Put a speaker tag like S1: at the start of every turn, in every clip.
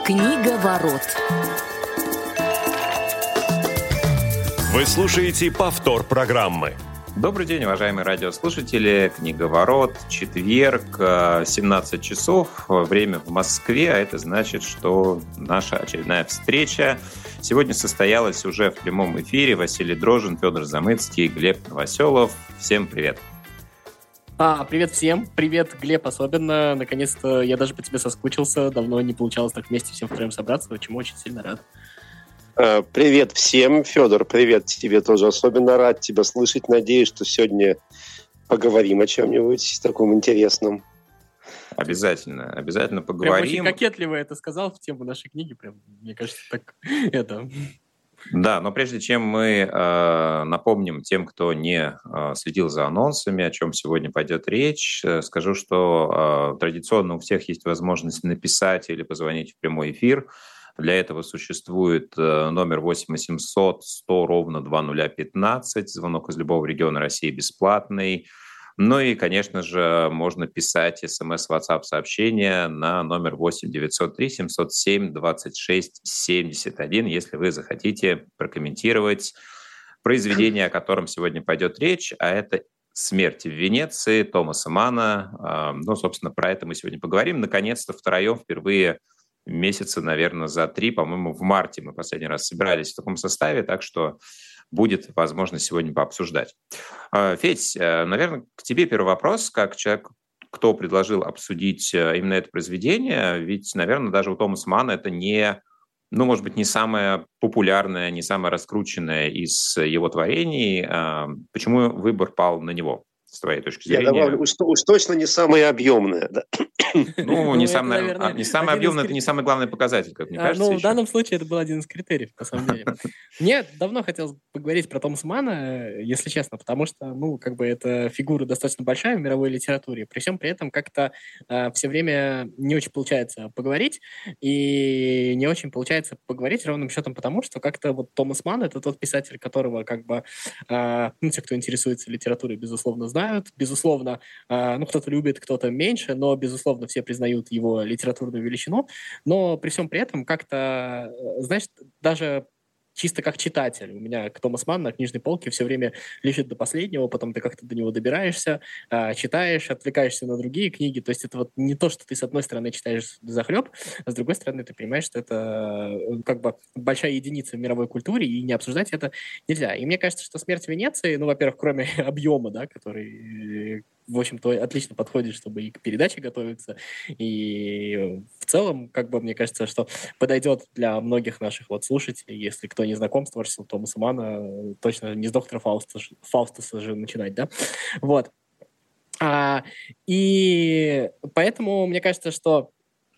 S1: Книга ворот.
S2: Вы слушаете повтор программы.
S3: Добрый день, уважаемые радиослушатели. Книга ворот, четверг, 17 часов, время в Москве, а это значит, что наша очередная встреча сегодня состоялась уже в прямом эфире. Василий Дрожжин, Федор Замыцкий, Глеб Новоселов. Всем привет.
S4: Привет всем. Привет, Глеб, особенно. Наконец-то я даже по тебе соскучился. Давно не получалось так вместе всем втроем собраться, чему очень сильно рад.
S5: Привет всем, Федор, привет тебе тоже. Особенно рад тебя слышать. Надеюсь, что сегодня поговорим о чем-нибудь таком интересном.
S3: Обязательно поговорим.
S4: Прям очень кокетливо это сказал в тему нашей книги. Прям, мне кажется, так это...
S3: Да, но прежде чем мы напомним тем, кто не следил за анонсами, о чем сегодня пойдет речь, скажу, что традиционно у всех есть возможность написать или позвонить в прямой эфир. Для этого существует номер 8 800 100 ровно 2015, звонок из любого региона России бесплатный. Ну и, конечно же, можно писать смс, WhatsApp сообщения на номер 8 903 707 26 71, если вы захотите прокомментировать произведение, о котором сегодня пойдет речь, а это «Смерть в Венеции» Томаса Манна. Ну, собственно, про это мы сегодня поговорим. Наконец-то втроем впервые месяца, наверное, за 3, по-моему, в марте мы последний раз собирались в таком составе, так что будет возможность сегодня пообсуждать. Федь, наверное, к тебе первый вопрос, как человек, кто предложил обсудить именно это произведение, ведь, наверное, даже у Томаса Манна это не, ну, может быть, не самое популярное, не самое раскрученное из его творений. Почему выбор пал на него, с твоей точки зрения?
S5: Я добавлю, уж точно не самое объемное, да.
S3: Ну, не самое объемное, это не самый главный показатель, как мне кажется.
S4: Ну, в данном случае это был один из критериев, на самом деле. Мне давно хотелось поговорить про Томаса Манна, если честно, потому что, ну, как бы это фигура достаточно большая в мировой литературе. При всем при этом как-то все время не очень получается поговорить, и не очень получается поговорить ровным счетом потому, что как-то вот Томас Манн — это тот писатель, которого как бы, ну, те, кто интересуется литературой, безусловно, знают. Безусловно, ну, кто-то любит, кто-то меньше, но, безусловно, все признают его литературную величину, но при всем при этом как-то, знаешь, даже чисто как читатель, у меня Томас Манн на книжной полке все время лежит до последнего, потом ты как-то до него добираешься, читаешь, отвлекаешься на другие книги, то есть это вот не то, что ты с одной стороны читаешь захлеб, а с другой стороны ты понимаешь, что это как бы большая единица в мировой культуре, и не обсуждать это нельзя. И мне кажется, что «Смерть в Венеции», ну, во-первых, кроме объема, да, который, в общем-то, отлично подходит, чтобы и к передаче готовиться, и в целом, как бы, мне кажется, что подойдет для многих наших вот слушателей, если кто не знаком с творчеством Томаса Манна, точно не с доктора Фаустаса же начинать, да? Вот. И поэтому мне кажется, что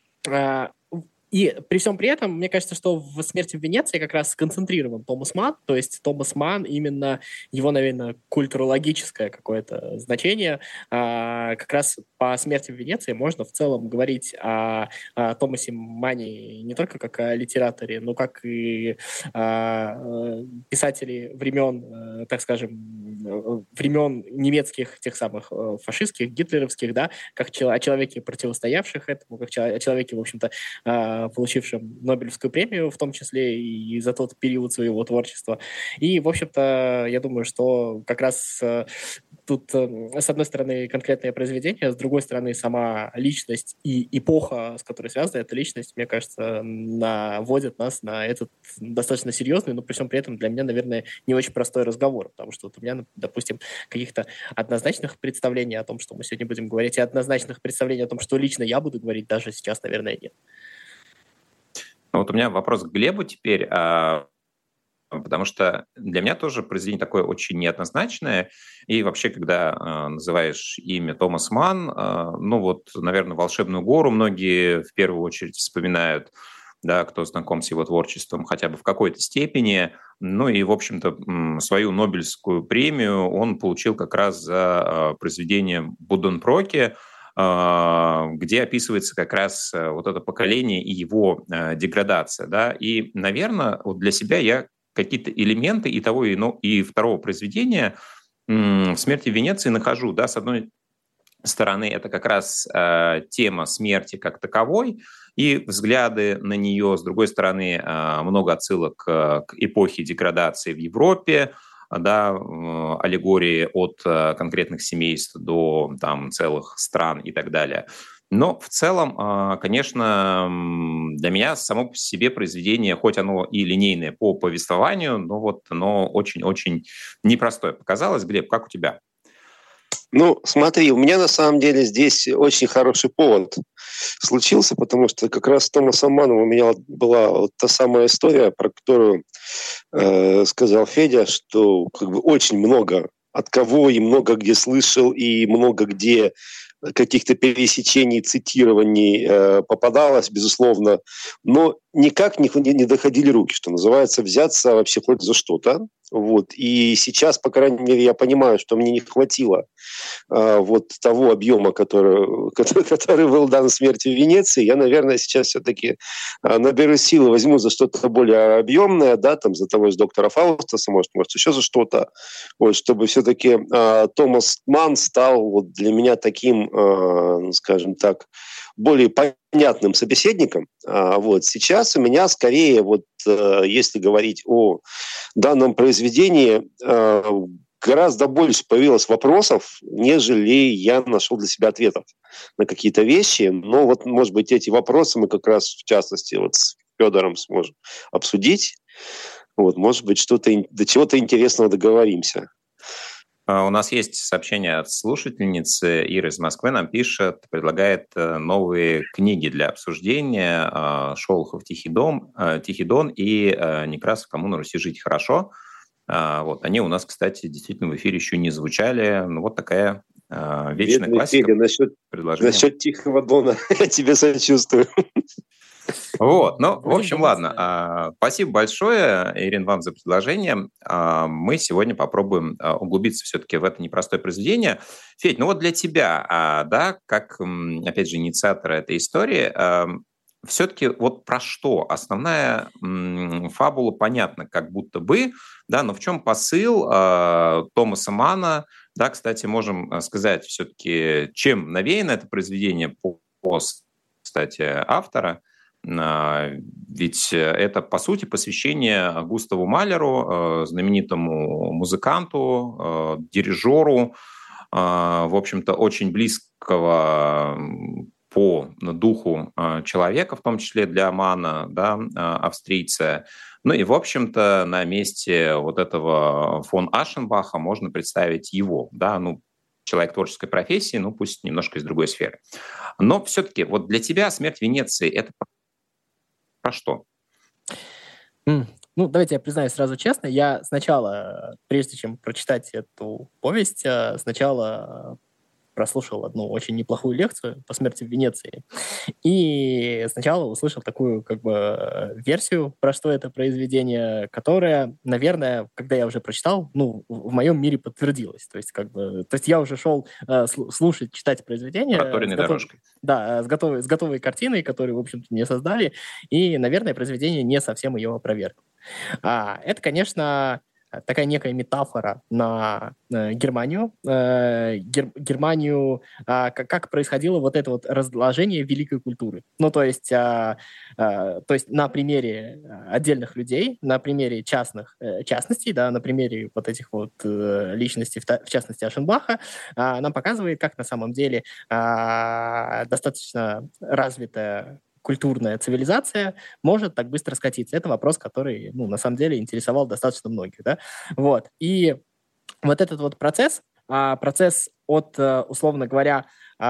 S4: и при всем при этом, мне кажется, что в «Смерти в Венеции» как раз сконцентрирован Томас Манн, то есть Томас Манн, именно его, наверное, культурологическое какое-то значение. Как раз по «Смерти в Венеции» можно в целом говорить о Томасе Манне не только как о литераторе, но как и писателе времен, так скажем, времен немецких, тех самых фашистских, гитлеровских, да, как о человеке, противостоявших этому, как о человеке, в общем-то, получившим Нобелевскую премию, в том числе и за тот период своего творчества. И, в общем-то, я думаю, что как раз тут, с одной стороны, конкретное произведение, с другой стороны, сама личность и эпоха, с которой связана эта личность, мне кажется, наводят нас на этот достаточно серьезный, но при всем при этом для меня, наверное, не очень простой разговор, потому что вот у меня, допустим, каких-то однозначных представлений о том, что мы сегодня будем говорить, и однозначных представлений о том, что лично я буду говорить, даже сейчас, наверное, нет.
S3: Вот у меня вопрос к Глебу теперь, потому что для меня тоже произведение такое очень неоднозначное. И вообще, когда называешь имя Томас Манн, ну вот, наверное, «Волшебную гору» многие в первую очередь вспоминают, да, кто знаком с его творчеством хотя бы в какой-то степени. Ну и, в общем-то, свою Нобелевскую премию он получил как раз за произведение «Буденброки», где описывается как раз вот это поколение и его деградация. Да? И, наверное, вот для себя я какие-то элементы и того, и второго произведения в «Смерти в Венеции» нахожу. Да? С одной стороны это как раз тема смерти как таковой и взгляды на нее. С другой стороны, много отсылок к эпохе деградации в Европе, да, аллегории от конкретных семейств до там, целых стран и так далее. Но в целом, конечно, для меня само по себе произведение, хоть оно и линейное по повествованию, но вот оно очень-очень непростое показалось. Глеб, как у тебя?
S5: Ну, смотри, у меня на самом деле здесь очень хороший повод случился, потому что как раз с Томасом Манном у меня была вот та самая история, про которую сказал Федя, что как бы очень много от кого и много где слышал, и много где каких-то пересечений, цитирований попадалось, безусловно, но никак не доходили руки, что называется, взяться вообще хоть за что-то. Вот. И сейчас, по крайней мере, я понимаю, что мне не хватило вот того объема, который был дан «Смерти в Венеции». Я, наверное, сейчас все-таки наберу силы, возьму за что-то более объемное, да, там, за того же доктора Фаустаса, может еще за что-то, вот, чтобы все-таки Томас Манн стал вот для меня таким, скажем так, более понятным собеседником. Вот. Сейчас у меня скорее, вот, если говорить о данном произведении, гораздо больше появилось вопросов, нежели я нашел для себя ответов на какие-то вещи. Но вот, может быть, эти вопросы мы как раз, в частности, вот с Федором сможем обсудить. Вот, может быть, до чего-то интересного договоримся.
S3: У нас есть сообщение от слушательницы Иры из Москвы. Нам пишет, предлагает новые книги для обсуждения. Шолохов «Тихий Дон» и Некрасов «Кому на Руси жить хорошо». Вот. Они у нас, кстати, действительно в эфире еще не звучали. Ну, вот такая вечная
S5: Бедный
S3: классика.
S5: Федя, насчет «Тихого Дона» я тебе сочувствую.
S3: Вот, ну, в общем, ладно. Спасибо большое, Ирина, вам за предложение. Мы сегодня попробуем углубиться все-таки в это непростое произведение. Федь, ну вот для тебя, да, как, опять же, инициатора этой истории, все-таки вот про что? Основная фабула понятна как будто бы, да, но в чем посыл Томаса Манна? Да, кстати, можем сказать все-таки, чем навеяно это произведение по кстати, автора. Ведь это, по сути, посвящение Густаву Малеру, знаменитому музыканту, дирижеру, в общем-то, очень близкого по духу человека, в том числе для Манна, да, австрийца. Ну и, в общем-то, на месте вот этого фон Ашенбаха можно представить его, да, ну, человек творческой профессии, ну, пусть немножко из другой сферы. Но все-таки вот для тебя «Смерть Венеции» — это про что?
S4: Ну, давайте я признаюсь сразу честно. Я сначала, прежде чем прочитать эту повесть, сначала прослушал одну очень неплохую лекцию по «Смерти в Венеции». И сначала услышал такую как бы версию, про что это произведение, которая, наверное, когда я уже прочитал, ну, в моем мире подтвердилась. То есть я уже шел слушать, читать произведение.
S3: Проторенной дорожкой.
S4: Да, с готовой картиной, которую, в общем-то, мне создали. И, наверное, произведение не совсем ее опровергло. Это, конечно, такая некая метафора на Германию. Германию, как происходило вот это вот разложение великой культуры. Ну, то есть на примере отдельных людей, на примере частностей, да, на примере вот этих вот личностей, в частности Ашенбаха, нам показывает, как на самом деле достаточно развитая культурная цивилизация может так быстро скатиться. Это вопрос, который, ну, на самом деле интересовал достаточно многих, да. Вот. И вот этот вот процесс от, условно говоря,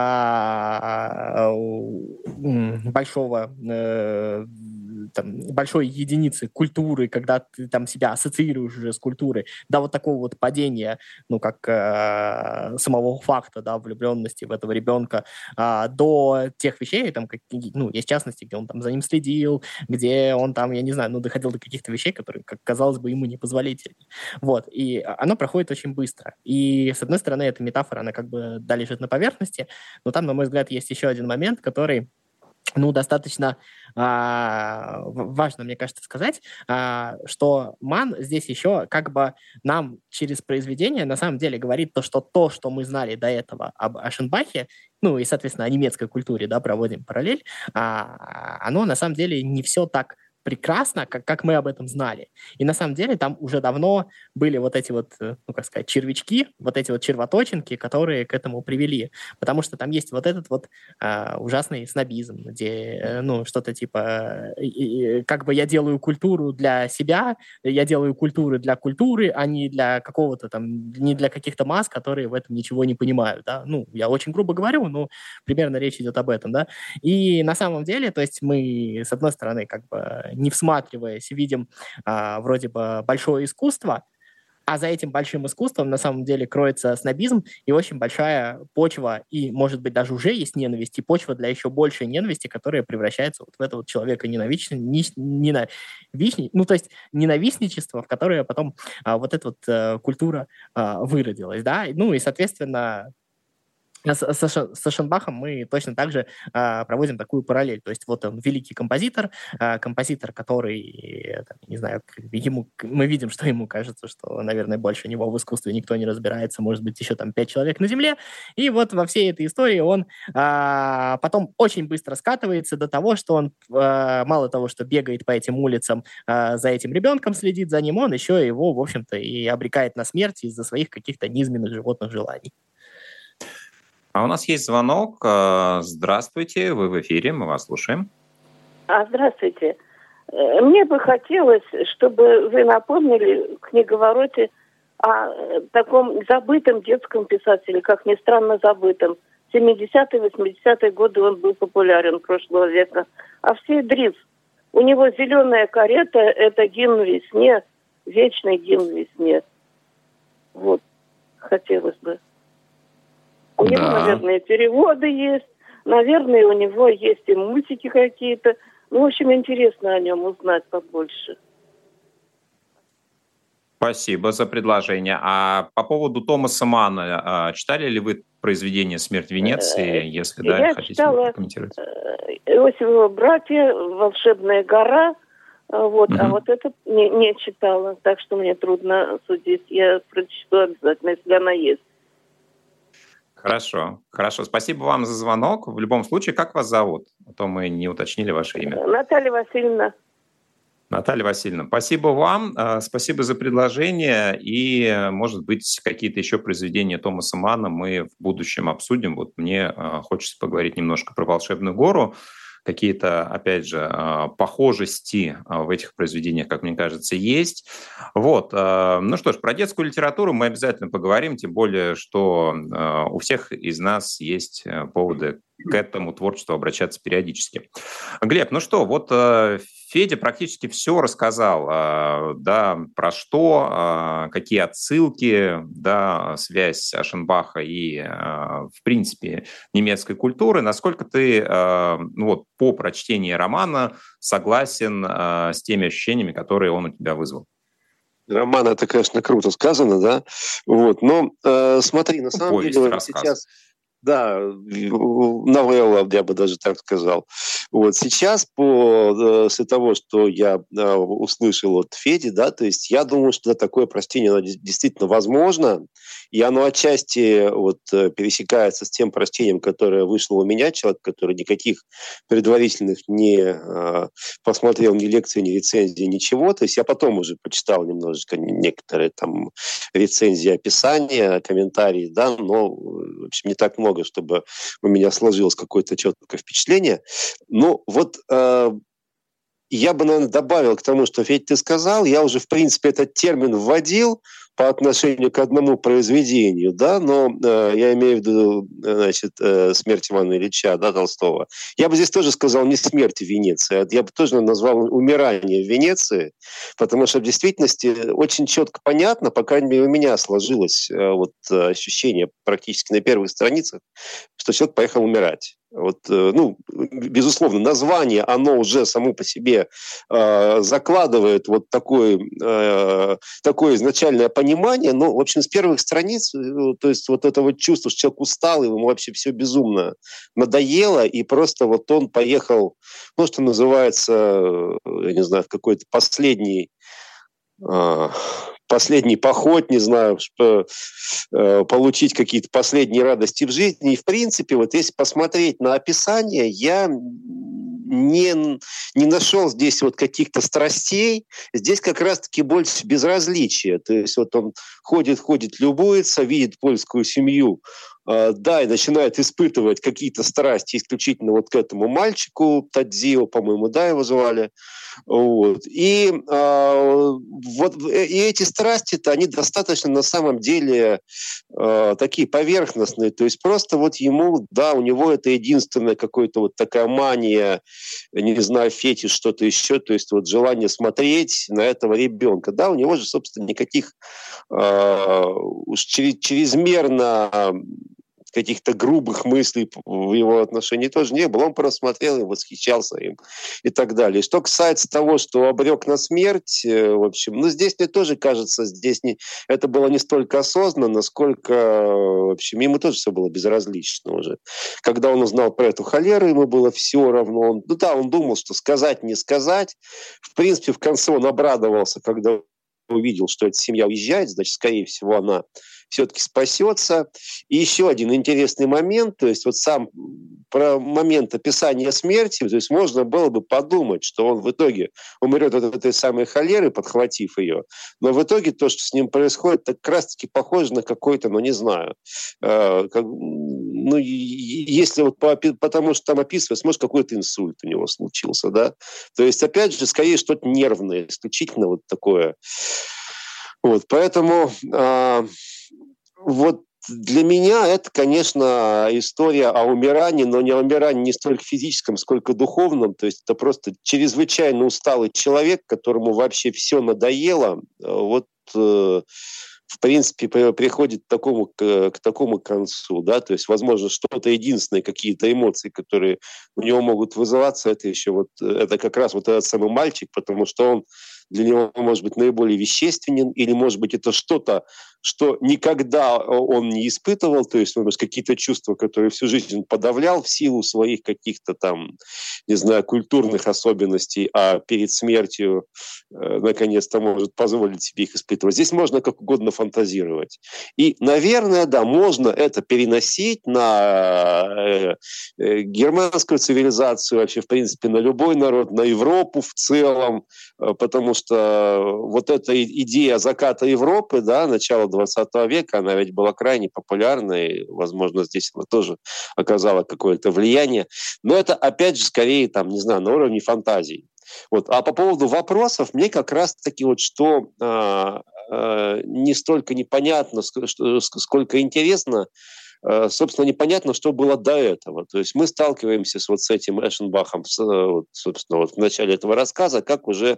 S4: большой единицы культуры, когда ты там себя ассоциируешь уже с культурой, до вот такого вот падения, ну, как самого факта, да, влюбленности в этого ребенка, до тех вещей, там, ну, есть частности, где он там за ним следил, где он там, я не знаю, ну, доходил до каких-то вещей, которые, как казалось бы, ему непозволительны. Вот, и оно проходит очень быстро. И, с одной стороны, эта метафора, она как бы, да, лежит на поверхности, но там, на мой взгляд, есть еще один момент, который достаточно важно, мне кажется, сказать, что Манн здесь еще как бы нам через произведение на самом деле говорит то, что мы знали до этого об Ашенбахе, ну и, соответственно, о немецкой культуре, да, проводим параллель, оно на самом деле не все так прекрасно, как мы об этом знали. И на самом деле там уже давно были вот эти вот, червячки, вот эти вот червоточинки, которые к этому привели. Потому что там есть вот этот вот ужасный снобизм, где, что-то типа, как бы я делаю культуру для себя, я делаю культуры для культуры, а не для какого-то там, не для каких-то масс, которые в этом ничего не понимают, да. Я очень грубо говорю, но примерно речь идет об этом, да. И на самом деле, то есть мы, с одной стороны, как бы не всматриваясь, видим вроде бы большое искусство, а за этим большим искусством на самом деле кроется снобизм и очень большая почва, и, может быть, даже уже есть ненависть, и почва для еще большей ненависти, которая превращается вот в это вот человека-ненавистничество, ненавистничество, в которое потом вот эта вот культура выродилась, да, и, соответственно, с Ашенбахом мы точно так же проводим такую параллель. То есть вот он великий композитор, который, не знаю, мы видим, что ему кажется, что, наверное, больше него в искусстве никто не разбирается, может быть, еще там 5 человек на земле. И вот во всей этой истории он потом очень быстро скатывается до того, что он мало того, что бегает по этим улицам, за этим ребенком следит за ним, он еще его, в общем-то, и обрекает на смерть из-за своих каких-то низменных животных желаний.
S3: А у нас есть звонок. Здравствуйте, вы в эфире, мы вас слушаем.
S1: Здравствуйте. Мне бы хотелось, чтобы вы напомнили книговороте о таком забытом детском писателе, как ни странно забытом. В 70-е, 80-е годы он был популярен прошлого века. Овсей Дриф. У него «Зеленая карета» — это гимн весне, вечный гимн весне. Вот, хотелось бы. У него, наверное, переводы есть, наверное, у него есть и мультики какие-то. В общем, интересно о нем узнать побольше.
S3: Спасибо за предложение. А по поводу Томаса Манна, читали ли вы произведение «Смерть Венеции»? Если да,
S1: я
S3: хотите прокомментировать.
S1: «Иосифова братья», «Волшебная гора». Вот, А вот это не читала, так что мне трудно судить. Я прочту обязательно, если она есть.
S3: Хорошо. Спасибо вам за звонок. В любом случае, как вас зовут? А то мы не уточнили ваше имя.
S1: Наталья Васильевна.
S3: Наталья Васильевна, спасибо вам. Спасибо за предложение. И, может быть, какие-то еще произведения Томаса Манна мы в будущем обсудим. Вот мне хочется поговорить немножко про «Волшебную гору». Какие-то, опять же, похожести в этих произведениях, как мне кажется, есть. Вот. Ну что ж, про детскую литературу мы обязательно поговорим, тем более, что у всех из нас есть поводы к этому творчеству обращаться периодически. Глеб, ну что, вот Федя практически все рассказал, да, про что, какие отсылки, да, связь Ашенбаха и, в принципе, немецкой культуры. Насколько ты, вот, по прочтении романа согласен с теми ощущениями, которые он у тебя вызвал?
S5: Роман, это, конечно, круто сказано, да? Вот, но смотри, на самом деле сейчас... Да, новелла, я бы даже так сказал. Вот сейчас, после того, что я услышал от Феди, да, то есть я думаю, что такое прочтение оно действительно возможно, и оно отчасти вот пересекается с тем прочтением, которое вышло у меня, человек, который никаких предварительных не посмотрел ни лекции, ни рецензии, ничего. То есть я потом уже почитал немножечко некоторые там рецензии, описания, комментарии, да, но, в общем, не так много, чтобы у меня сложилось какое-то четкое впечатление. Ну, вот я бы, наверное, добавил к тому, что, Федь, ты сказал, я уже, в принципе, этот термин вводил по отношению к одному произведению, да, но я имею в виду, значит, «Смерть Ивана Ильича», да, Толстого. Я бы здесь тоже сказал не «Смерть в Венеции», я бы тоже назвал «Умирание в Венеции», потому что в действительности очень четко понятно, по крайней мере, у меня сложилось вот ощущение практически на первых страницах, что человек поехал умирать. Вот, ну, безусловно, название, оно уже само по себе закладывает вот такое изначальное понимание, но, в общем, с первых страниц, то есть вот это вот чувство, что человек устал, ему вообще все безумно надоело, и просто вот он поехал, ну, что называется, я не знаю, в какой-то последний поход, не знаю, что, получить какие-то последние радости в жизни. И, в принципе, вот если посмотреть на описание, я не нашел здесь вот каких-то страстей. Здесь как раз-таки больше безразличия. То есть вот он ходит, любуется, видит польскую семью, да, и начинает испытывать какие-то страсти исключительно вот к этому мальчику, Тадзио, по-моему, да, его звали. Вот. И эти страсти-то, они достаточно на самом деле такие поверхностные. То есть просто вот ему, да, у него это единственная какая-то вот такая мания, не знаю, фетиш, что-то еще, то есть вот желание смотреть на этого ребенка. Да, у него же, собственно, никаких уж чрезмерно каких-то грубых мыслей в его отношении тоже не было. Он просто смотрел и восхищался им и так далее. Что касается того, что обрек на смерть, в общем, ну, здесь мне тоже кажется, это было не столько осознанно, сколько, в общем, ему тоже все было безразлично уже. Когда он узнал про эту холеру, ему было все равно. Он думал, что сказать, не сказать. В принципе, в конце он обрадовался, когда увидел, что эта семья уезжает, значит, скорее всего, она все-таки спасется. И еще один интересный момент, то есть вот сам про момент описания смерти, то есть можно было бы подумать, что он в итоге умрет от этой самой холеры, подхватив ее, но в итоге то, что с ним происходит, так как раз-таки похоже на какой-то, ну не знаю, если вот потому что там описывается, может, какой-то инсульт у него случился, да, то есть, опять же, скорее что-то нервное, исключительно вот такое. Вот, поэтому вот для меня это, конечно, история о умирании, но не о умирании не столько физическом, сколько духовном. То есть это просто чрезвычайно усталый человек, которому вообще все надоело. Вот, в принципе, приходит к такому концу. Да? То есть, возможно, что-то единственное, какие-то эмоции, которые у него могут вызываться, это как раз вот этот самый мальчик, потому что он для него, может быть, наиболее вещественен, или, может быть, это что-то, что никогда он не испытывал, то есть, может быть, какие-то чувства, которые всю жизнь он подавлял в силу своих каких-то там, не знаю, культурных особенностей, а перед смертью наконец-то может позволить себе их испытывать. Здесь можно как угодно фантазировать. И, наверное, да, можно это переносить на германскую цивилизацию, вообще, в принципе, на любой народ, на Европу в целом, потому что вот эта идея заката Европы, да, начала 20 века, она ведь была крайне популярна, и, возможно, здесь она тоже оказала какое-то влияние. Но это, опять же, скорее, там, не знаю, на уровне фантазий. Вот. А по поводу вопросов, мне как раз-таки вот что не столько непонятно, сколько интересно, собственно, непонятно, что было до этого. То есть мы сталкиваемся с этим Эшенбахом, собственно, вот в начале этого рассказа, как уже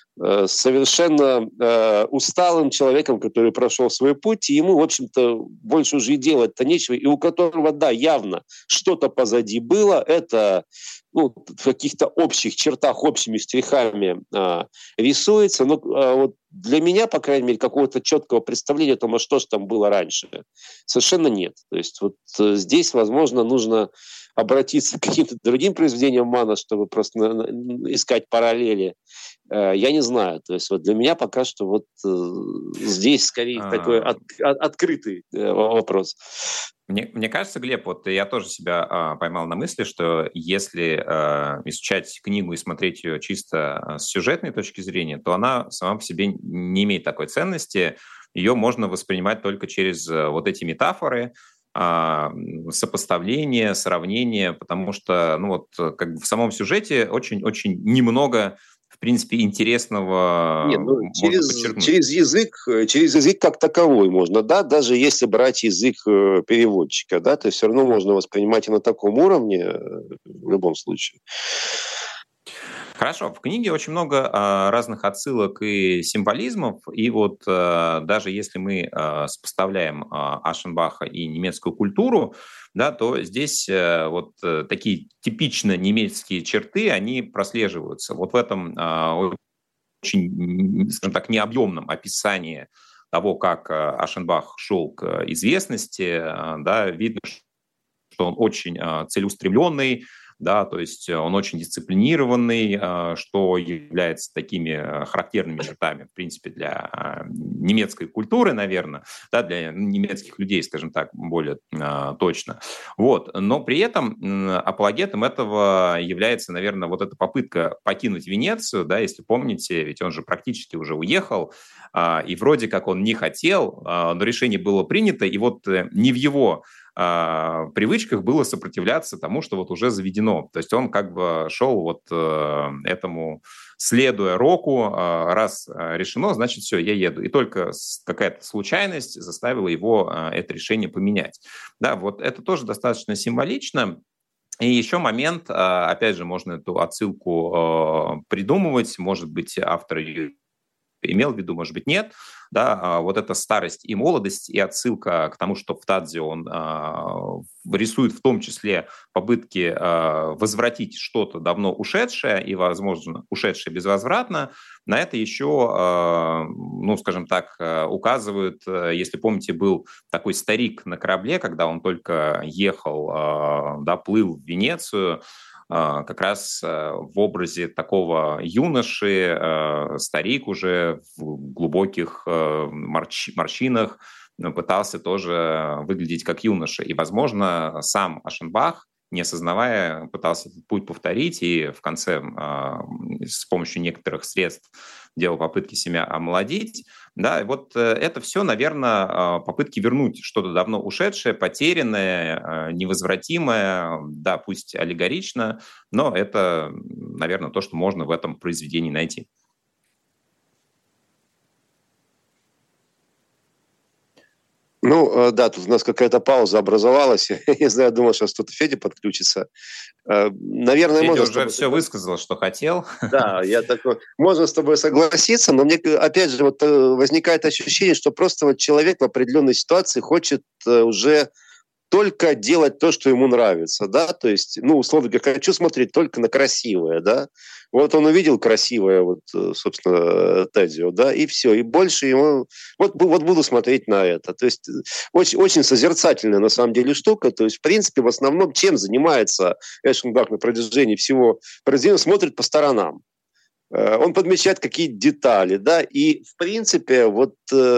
S5: совершенно усталым человеком, который прошел свой путь, и ему, в общем-то, больше уже и делать-то нечего, и у которого, да, явно что-то позади было, это в каких-то общих чертах, общими штрихами рисуется, но вот для меня, по крайней мере, какого-то четкого представления о том, что же там было раньше, совершенно нет. То есть вот здесь, возможно, нужно обратиться к каким-то другим произведениям Манна, чтобы просто искать параллели. Я не знаю. То есть вот для меня пока что вот здесь скорее такой открытый вопрос.
S3: Мне кажется, Глеб, вот я тоже себя поймал на мысли, что если изучать книгу и смотреть ее чисто с сюжетной точки зрения, то она сама по себе не имеет такой ценности. Ее можно воспринимать только через вот эти метафоры, сопоставление, сравнение, потому что как бы в самом сюжете очень-очень немного, в принципе, интересного можно подчеркнуть.
S5: Через язык как таковой можно, да, даже если брать язык переводчика, да, то все равно можно воспринимать и на таком уровне в любом случае.
S3: Хорошо, в книге очень много разных отсылок и символизмов, и вот даже если мы сопоставляем Ашенбаха и немецкую культуру, да, то здесь вот такие типично немецкие черты, они прослеживаются. Вот в этом очень, скажем так, необъемном описании того, как Ашенбах шел к известности, да, видно, что он очень целеустремленный, да, то есть он очень дисциплинированный, что является такими характерными чертами, в принципе, для немецкой культуры, наверное, да, для немецких людей, скажем так, более точно. Вот. Но при этом апологетом этого является, наверное, вот эта попытка покинуть Венецию, да, если помните, ведь он же практически уже уехал, и вроде как он не хотел, но решение было принято, и вот не в его привычках было сопротивляться тому, что вот уже заведено. То есть он как бы шел вот этому, следуя року, раз решено, значит, все, я еду. И только какая-то случайность заставила его это решение поменять. Да, вот это тоже достаточно символично. И еще момент, опять же, можно эту отсылку придумывать, может быть, автор ее имел в виду, может быть, нет, да, вот эта старость и молодость, и отсылка к тому, что в Тадзе он рисует в том числе попытки возвратить что-то давно ушедшее и, возможно, ушедшее безвозвратно, на это еще, ну, скажем так, указывают, если помните, был такой старик на корабле, когда он только ехал, да, плыл в Венецию, как раз в образе такого юноши, старик уже в глубоких морщинах пытался тоже выглядеть как юноша. И, возможно, сам Ашенбах, не осознавая, пытался этот путь повторить и в конце с помощью некоторых средств делал попытки себя омолодить. Да, и вот это все, наверное, попытки вернуть что-то давно ушедшее, потерянное, невозвратимое, да, пусть аллегорично, но это, наверное, то, что можно в этом произведении найти.
S5: Ну, да, тут у нас какая-то пауза образовалась. Я не знаю, думал, что что-то Федя подключится. Наверное,
S3: Федя
S5: можно
S3: уже все высказал, что хотел.
S5: Да, я такой. Можно с тобой согласиться, но мне, опять же, вот возникает ощущение, что просто вот человек в определенной ситуации хочет уже только делать то, что ему нравится, да, то есть, ну, условно говоря, хочу смотреть только на красивое, да, вот он увидел красивое, вот, собственно, Тедзио, да, и все, и больше ему, вот буду смотреть на это, то есть очень, очень созерцательная на самом деле штука, то есть, в принципе, в основном, чем занимается Эшенбах на протяжении всего произведения, смотрит по сторонам. Он подмечает какие-то детали, да, и, в принципе, вот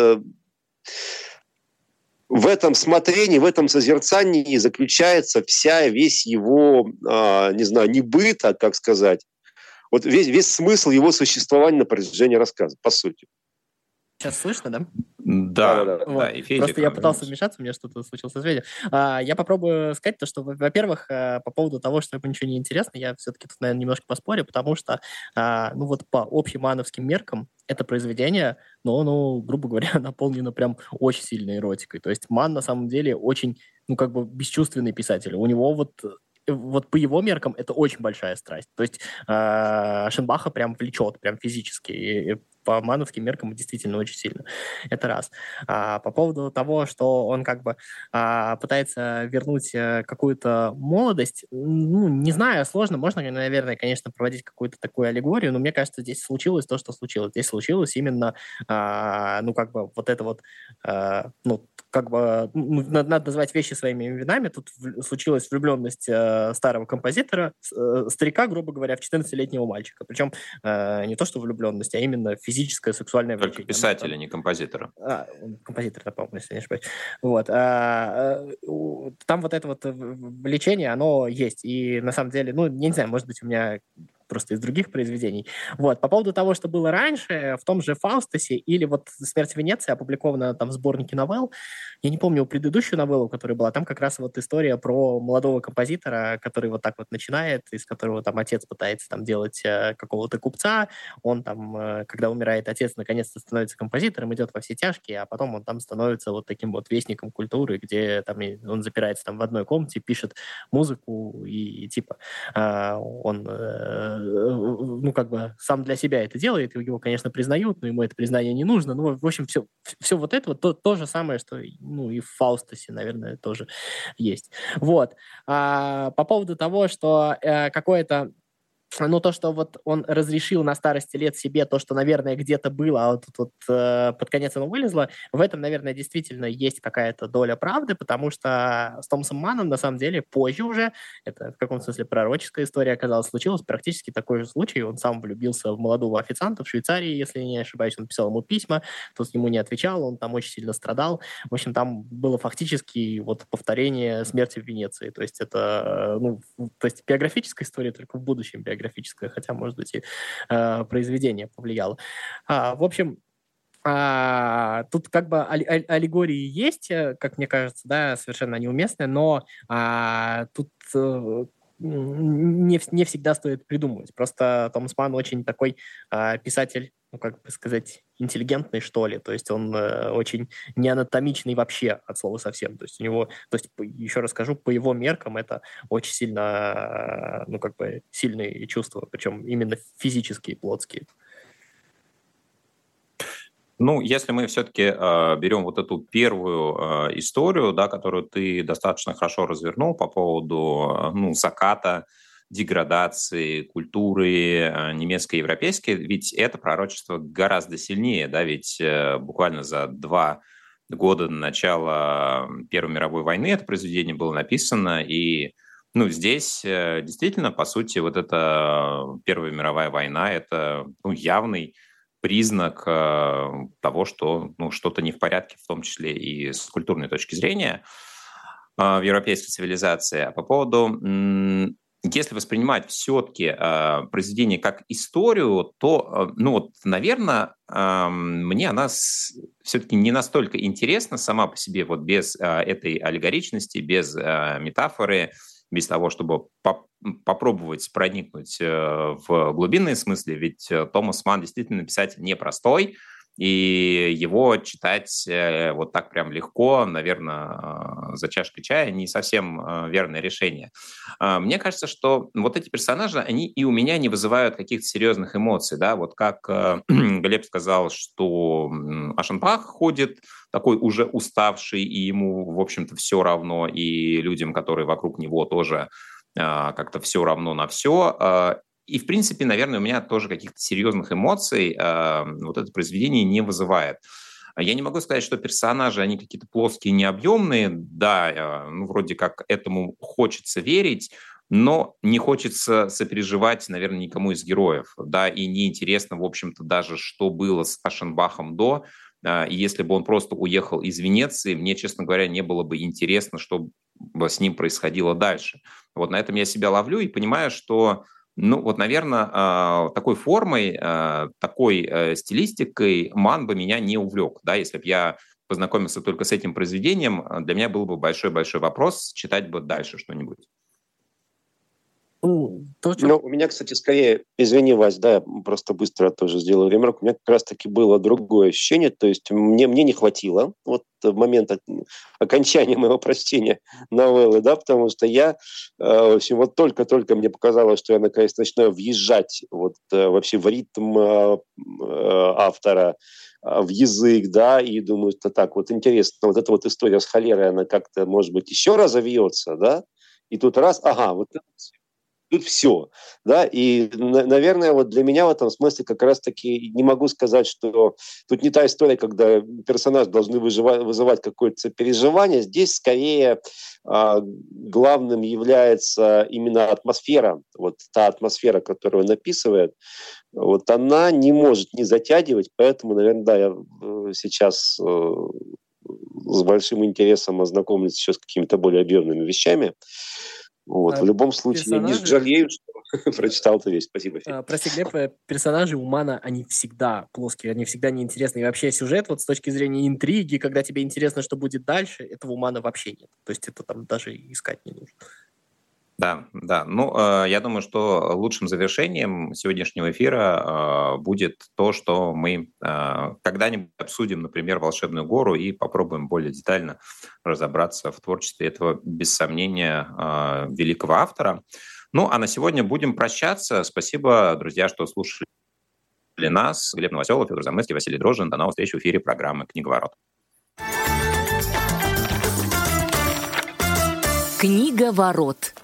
S5: в этом смотрении, в этом созерцании заключается весь его, не знаю, не быт, а как сказать, вот весь смысл его существования на протяжении рассказа, по сути.
S4: Сейчас слышно, да?
S3: Да,
S5: да.
S3: Вот. И Федя,
S4: просто я пытался вмешаться, у меня что-то случилось с Федей. Я попробую сказать то, что, во-первых, по поводу того, что ему ничего не интересно, я все-таки тут, наверное, немножко поспорю, потому что, ну вот по общим мановским меркам это произведение, ну, грубо говоря, наполнено прям очень сильной эротикой. То есть Манн на самом деле очень, ну, как бы бесчувственный писатель. У него вот по его меркам это очень большая страсть. То есть Шенбаха прям влечет, прям физически. И по мановским меркам действительно очень сильно. Это раз. По поводу того, что он как бы пытается вернуть какую-то молодость, ну, не знаю, сложно. Можно, наверное, конечно, проводить какую-то такую аллегорию, но мне кажется, здесь случилось то, что случилось. Здесь случилось именно, ну, как бы вот это вот, ну, как бы надо назвать вещи своими именами. Тут случилась влюбленность старого композитора, старика, грубо говоря, в 14-летнего мальчика. Причем не то, что влюбленность, а именно физическое, сексуальное влечение.
S3: Только писателя, не композитора.
S4: Композитор, напомню, если не ошибаюсь. Вот. Там вот это вот влечение, оно есть. И на самом деле, ну, не знаю, может быть, у меня просто из других произведений. Вот. По поводу того, что было раньше, в том же «Фаустосе» или вот «Смерть Венеции», опубликована там в сборнике новелл, я не помню предыдущую новеллу, которая была, там как раз вот история про молодого композитора, который вот так вот начинает, из которого там отец пытается там делать какого-то купца, он там, когда умирает отец, наконец-то становится композитором, идет во все тяжкие, а потом он там становится вот таким вот вестником культуры, где там он запирается там в одной комнате, пишет музыку и типа он ну, как бы сам для себя это делает, его, конечно, признают, но ему это признание не нужно. Ну, в общем, все вот это вот то же самое, что, ну, и в Фаустасе, наверное, тоже есть. Вот. По поводу того, что какое-то ну, то, что вот он разрешил на старости лет себе то, что, наверное, где-то было, а вот тут вот под конец оно вылезло, в этом, наверное, действительно есть какая-то доля правды, потому что с Томасом Манном, на самом деле, позже уже, это в каком-то смысле пророческая история оказалась, случилось практически такой же случай. Он сам влюбился в молодого официанта в Швейцарии, если я не ошибаюсь, он писал ему письма, тот ему не отвечал, он там очень сильно страдал. В общем, там было фактически вот повторение смерти в Венеции. То есть это, ну, то есть биографическая история, только в будущем биографическая, хотя, может быть, и произведение повлияло. В общем, тут как бы аллегории есть, как мне кажется, да, совершенно неуместные, но тут не всегда стоит придумывать. Просто Томас Манн очень такой писатель, ну, как бы сказать, интеллигентный, что ли. То есть он очень неанатомичный вообще от слова совсем. То есть у него, то есть, еще раз скажу, по его меркам это очень сильно, ну, как бы сильные чувства, причем именно физические, плотские.
S3: Ну, если мы все-таки берем вот эту первую историю, да, которую ты достаточно хорошо развернул по поводу заката, деградации культуры немецкой и европейской, ведь это пророчество гораздо сильнее, да, ведь буквально за 2 года до начала Первой мировой войны это произведение было написано, и здесь действительно, по сути, вот эта Первая мировая война – это явный признак того, что что-то не в порядке, в том числе и с культурной точки зрения в европейской цивилизации. А по поводу, если воспринимать все-таки произведение как историю, то, наверное, мне она все-таки не настолько интересна сама по себе, вот без этой аллегоричности, без метафоры, без того, чтобы попробовать проникнуть в глубинные смыслы, ведь Томас Манн действительно писатель непростой, и его читать вот так прям легко, наверное, за чашкой чая не совсем верное решение. Мне кажется, что вот эти персонажи, они и у меня не вызывают каких-то серьезных эмоций, да, вот как Глеб сказал, что Ашенбах ходит такой уже уставший, и ему, в общем-то, все равно, и людям, которые вокруг него, тоже как-то все равно на все. И, в принципе, наверное, у меня тоже каких-то серьезных эмоций вот это произведение не вызывает. Я не могу сказать, что персонажи, они какие-то плоские, необъемные. Да, вроде как этому хочется верить, но не хочется сопереживать, наверное, никому из героев. Да, и неинтересно, в общем-то, даже, что было с Ашенбахом до. И если бы он просто уехал из Венеции, мне, честно говоря, не было бы интересно, что бы с ним происходило дальше. Вот на этом я себя ловлю и понимаю, что наверное, такой формой, такой стилистикой Манн бы меня не увлек. Да, если бы я познакомился только с этим произведением, для меня был бы большой-большой вопрос, читать бы дальше что-нибудь.
S5: У меня, кстати, скорее, извини, Вась, да, я просто быстро тоже сделаю ремарку, у меня как раз-таки было другое ощущение, то есть мне не хватило вот в момент окончания моего прочтения новеллы, да, потому что я, в общем, вот только-только мне показалось, что я наконец начинаю въезжать вот вообще в ритм автора, в язык, да, и думаю, что так, вот интересно, вот эта вот история с холерой, она как-то, может быть, еще разовьется, да, и тут раз, ага, вот это тут все, да, и, наверное, вот для меня в этом смысле как раз-таки не могу сказать, что тут не та история, когда персонаж должны вызывать какое-то переживание, здесь скорее главным является именно атмосфера, вот та атмосфера, которую он описывает, вот она не может не затягивать, поэтому, наверное, да, я сейчас с большим интересом ознакомлюсь еще с какими-то более объемными вещами. Вот. В любом случае, я не жалею, что прочитал эту вещь. Спасибо.
S4: Прости, Глеб, персонажи у Манна, они всегда плоские, они всегда неинтересны. И вообще сюжет, вот с точки зрения интриги, когда тебе интересно, что будет дальше, этого у Манна вообще нет. То есть это там даже искать не нужно.
S3: Да. Я думаю, что лучшим завершением сегодняшнего эфира будет то, что мы когда-нибудь обсудим, например, «Волшебную гору» и попробуем более детально разобраться в творчестве этого, без сомнения, великого автора. Ну, а на сегодня будем прощаться. Спасибо, друзья, что слушали нас. Глеб Новоселов, Федор Замыцкий, Василий Дрожжин. До новых встреч в эфире программы «Книговорот».
S6: «Книговорот».